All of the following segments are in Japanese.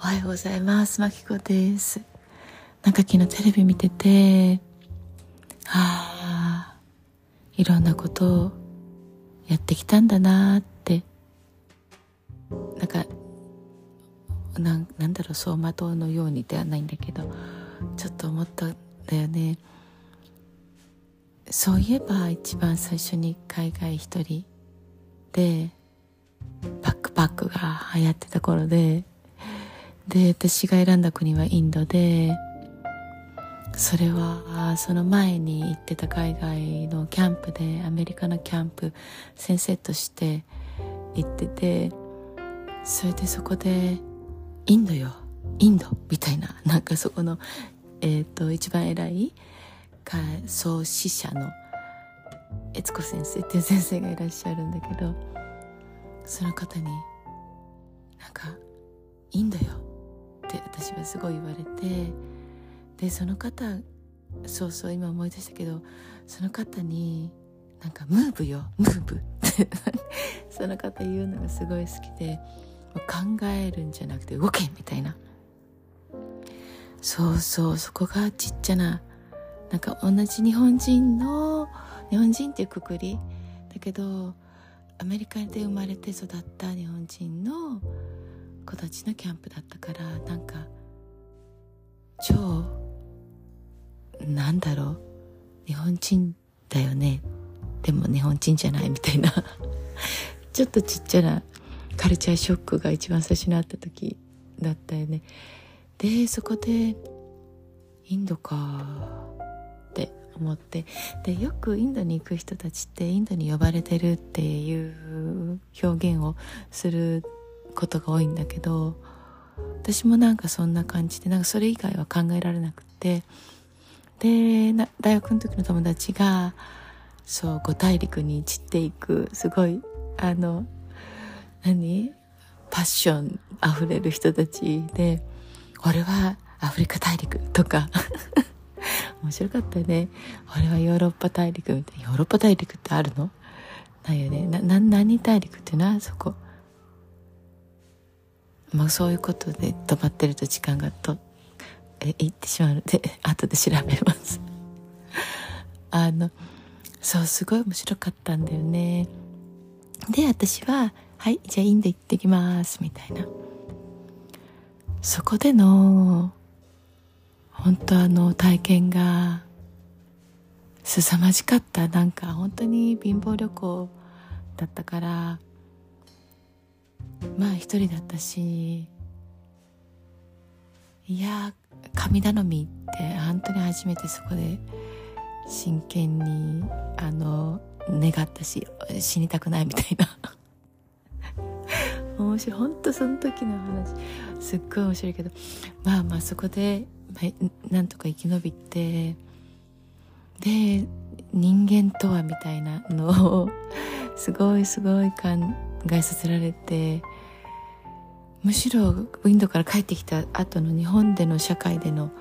はようございます。まきこです。なんか昨日テレビ見てて、いろんなことをやってきたんだなって、なんだろう、走馬灯のようにではないんだけど、ちょっと思ったんだよね。そういえば一番最初に海外一人でバックパックが流行ってた頃で私が選んだ国はインドで、それはその前に行ってた海外のキャンプで、アメリカのキャンプ先生として行ってて、それでそこでインドみたいな、なんかそこの一番偉い創始者の悦子先生っていう先生がいらっしゃるんだけど、その方になんかインドよって私はすごい言われて、でその方、そう今思い出したけど、その方になんかムーブってその方言うのがすごい好きで、考えるんじゃなくて動けみたいな、そこがちっちゃな、なんか同じ日本人っていうくくりだけど、アメリカで生まれて育った日本人の子たちのキャンプだったから、なんか超なんだろう、日本人だよね、でも日本人じゃないみたいなちょっとちっちゃなカルチャーショックが一番最初にあった時だったよね。でそこでインドかって思って、でよくインドに行く人たちってインドに呼ばれてるっていう表現をすることが多いんだけど、私もなんかそんな感じで、なんかそれ以外は考えられなくて、で大学の時の友達が5大陸に散っていく、すごいパッションあふれる人たちで、俺はアフリカ大陸とか面白かったよね。俺はヨーロッパ大陸みたいな。ヨーロッパ大陸ってあるの？ないよね。何大陸ってな、そこ。そういうことで止まってると時間がいってしまうので後で調べます。すごい面白かったんだよね。で私ははいじゃあインド行ってきますみたいな、そこでの本当体験が凄まじかった。なんか本当に貧乏旅行だったから、一人だったし、いや神頼みって本当に初めてそこで真剣に願ったし、死にたくないみたいな面白い。本当その時の話すっごい面白いけど、そこで、なんとか生き延びて、で人間とはみたいなのをすごい考えさせられて、むしろインドから帰ってきた後の日本での社会での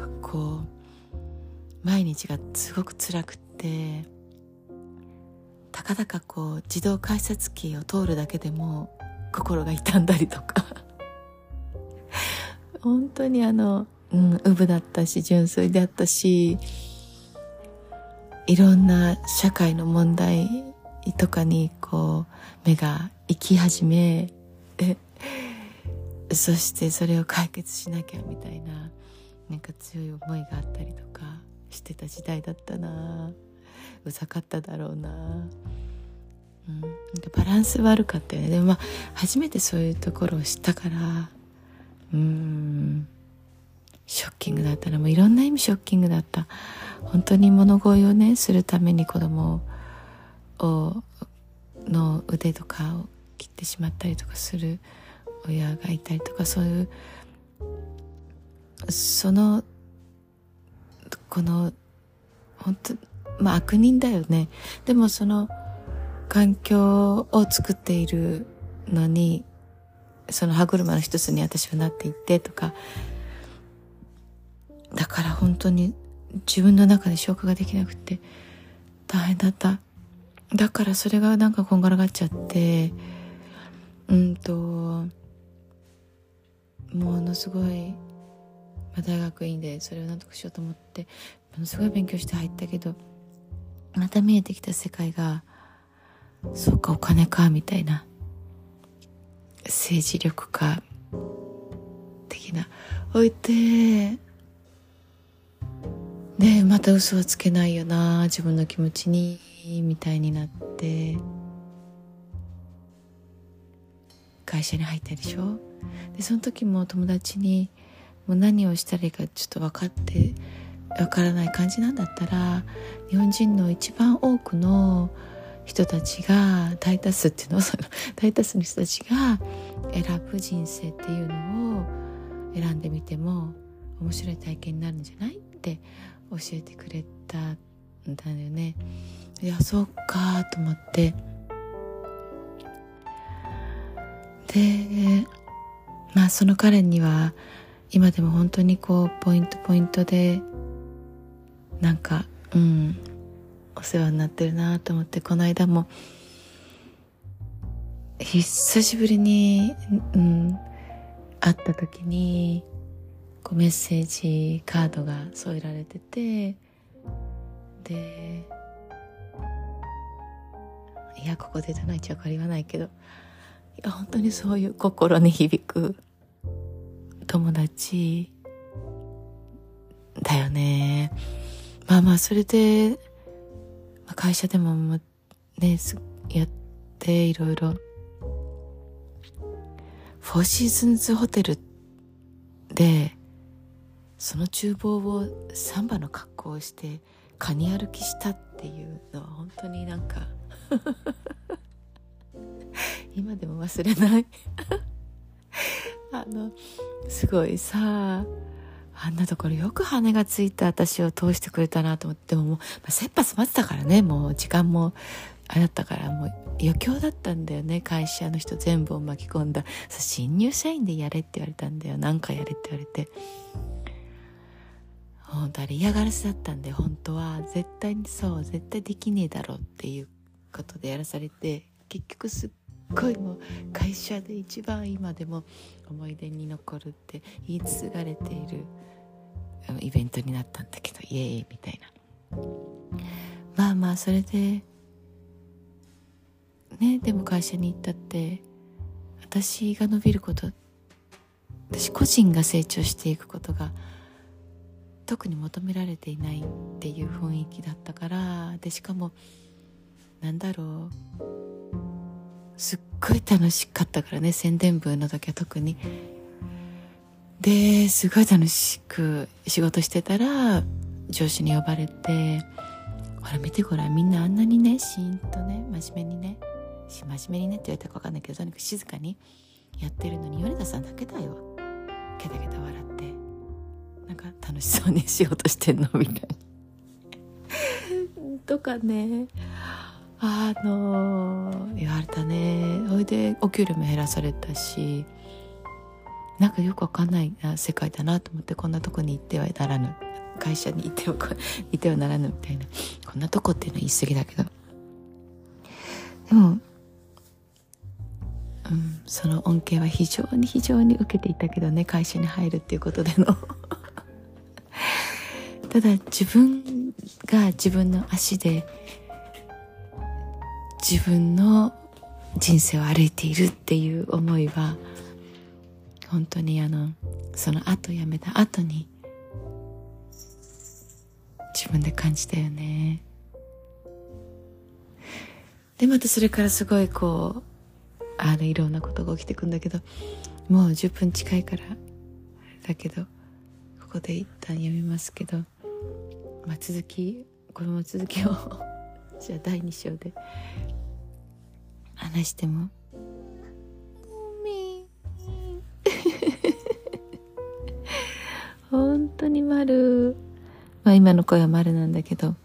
毎日がすごく辛くって、たかだか自動改札機を通るだけでも心が痛んだりとか本当にうぶだったし純粋であったし、いろんな社会の問題とかに目が行き始め、そしてそれを解決しなきゃみたいな、なんか強い思いがあったりとかしてた時代だったな。うざかっただろうな。なんかバランス悪かったよね。でも初めてそういうところを知ったから、ショッキングだったな。もういろんな意味ショッキングだった。本当に物乞いをねするために子供の腕とかを切ってしまったりとかする親がいたりとか、そういうこの本当悪人だよね。でもその環境を作っているのに、その歯車の一つに私はなっていってとか、だから本当に自分の中で消化ができなくて大変だった。だからそれがなんかこんがらがっちゃって、 ものすごい、大学院でそれをなんとかしようと思ってものすごい勉強して入ったけど、また見えてきた世界が、そうかお金かみたいな、政治力か的な置いて、でまた嘘はつけないよな自分の気持ちにみたいになって、会社に入ったでしょ。でその時も友達に、もう何をしたらいいかちょっと分からない感じなんだったら、日本人の一番多くの人たちが、大多数っていうのは大多数の人たちが選ぶ人生っていうのを選んでみても面白い体験になるんじゃないって教えてくれたんだよね。いやそうかと思って、でその彼には今でも本当にこうポイントでなんかお世話になってるなと思って、この間も久しぶりに、会った時にこうメッセージカードが添えられてて、でいやここで言わ言わないけど、いや本当にそういう心に響く友達だよね。それで、会社でもねやっていろいろ、フォーシーズンズホテルでその厨房をサンバの格好をしてカニ歩きしたっていうのは本当になんか今でも忘れないすごいさ、あんなところよく羽がついた私を通してくれたなと思って。でももう、切羽詰まってたからね、もう時間もあれだったから、もう余興だったんだよね。会社の人全部を巻き込んだ新入社員でやれって言われたんだよ。何かやれって言われて、本当あれ嫌がらせだったんで、本当は絶対できねえだろうっていうことでやらされて、結局すっごいもう会社で一番今でも思い出に残るって言い継がれているイベントになったんだけど、イエーイみたいな。それでね、でも会社に行ったって私が伸びること、私個人が成長していくことが特に求められていないっていう雰囲気だったから、でしかもすっごい楽しかったからね、宣伝部の時は特に。ですごい楽しく仕事してたら上司に呼ばれて、ほら見てごらん、みんなあんなにねシーンとね真面目にねって言われたか分かんないけど、とにかく静かにやってるのに米田さんだけだよケタケタ笑ってなんか楽しそうに仕事してんのみたいなとかね、言われたね。それでお給料も減らされたし、なんかよくわかんない世界だなと思って、こんなとこに行ってはならぬ、会社に行ってはならぬみたいな、こんなとこっていうのは言い過ぎだけど、でもその恩恵は非常に受けていたけどね、会社に入るっていうことでのただ自分が自分の足で自分の人生を歩いているっていう思いは本当にその後辞めた後に自分で感じたよね。でまたそれからすごいこういろんなことが起きてくんだけど、もう10分近いからだけどここで一旦やめますけど、この続きをじゃあ第2章で話しても本当に丸、今の声は丸なんだけど、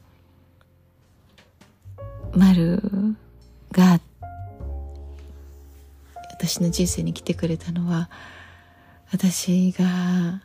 丸が私の人生に来てくれたのは、私が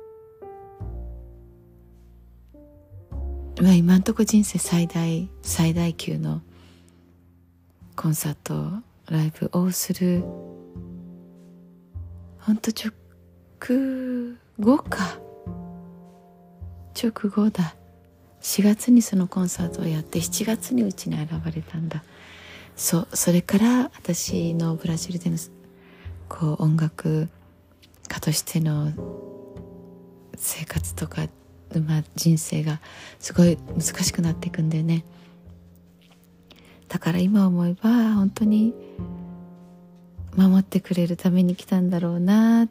今んとこ人生最大級のコンサートライブをする、ほんと直後か直後だ。4月にそのコンサートをやって7月にうちに現れたんだ。それから私のブラジルでのこう音楽家としての生活とか、人生がすごい難しくなっていくんだよね。だから今思えば本当に守ってくれるために来たんだろうなって、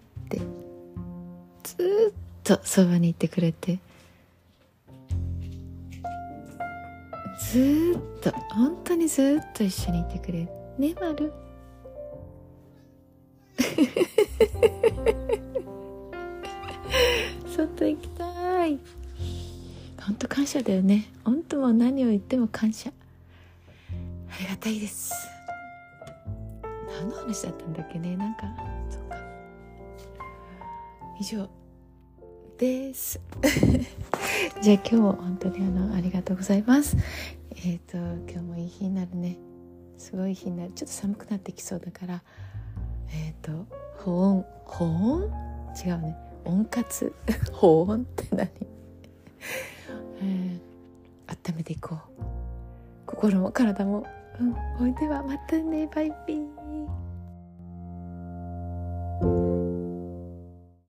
ずっとそばにいてくれて、ずっと本当にずっと一緒にいてくれるね、まる外行きたい。本当感謝だよね。本当もう何を言っても感謝、ありがたいです。何の話だったんだっけね。そうか、以上ですじゃあ今日も本当にありがとうございます。今日もいい日になるね。すごい日になる。ちょっと寒くなってきそうだから、保温違うね、温活保温って何温めていこう、心も体も。おいではまたね、バイビー。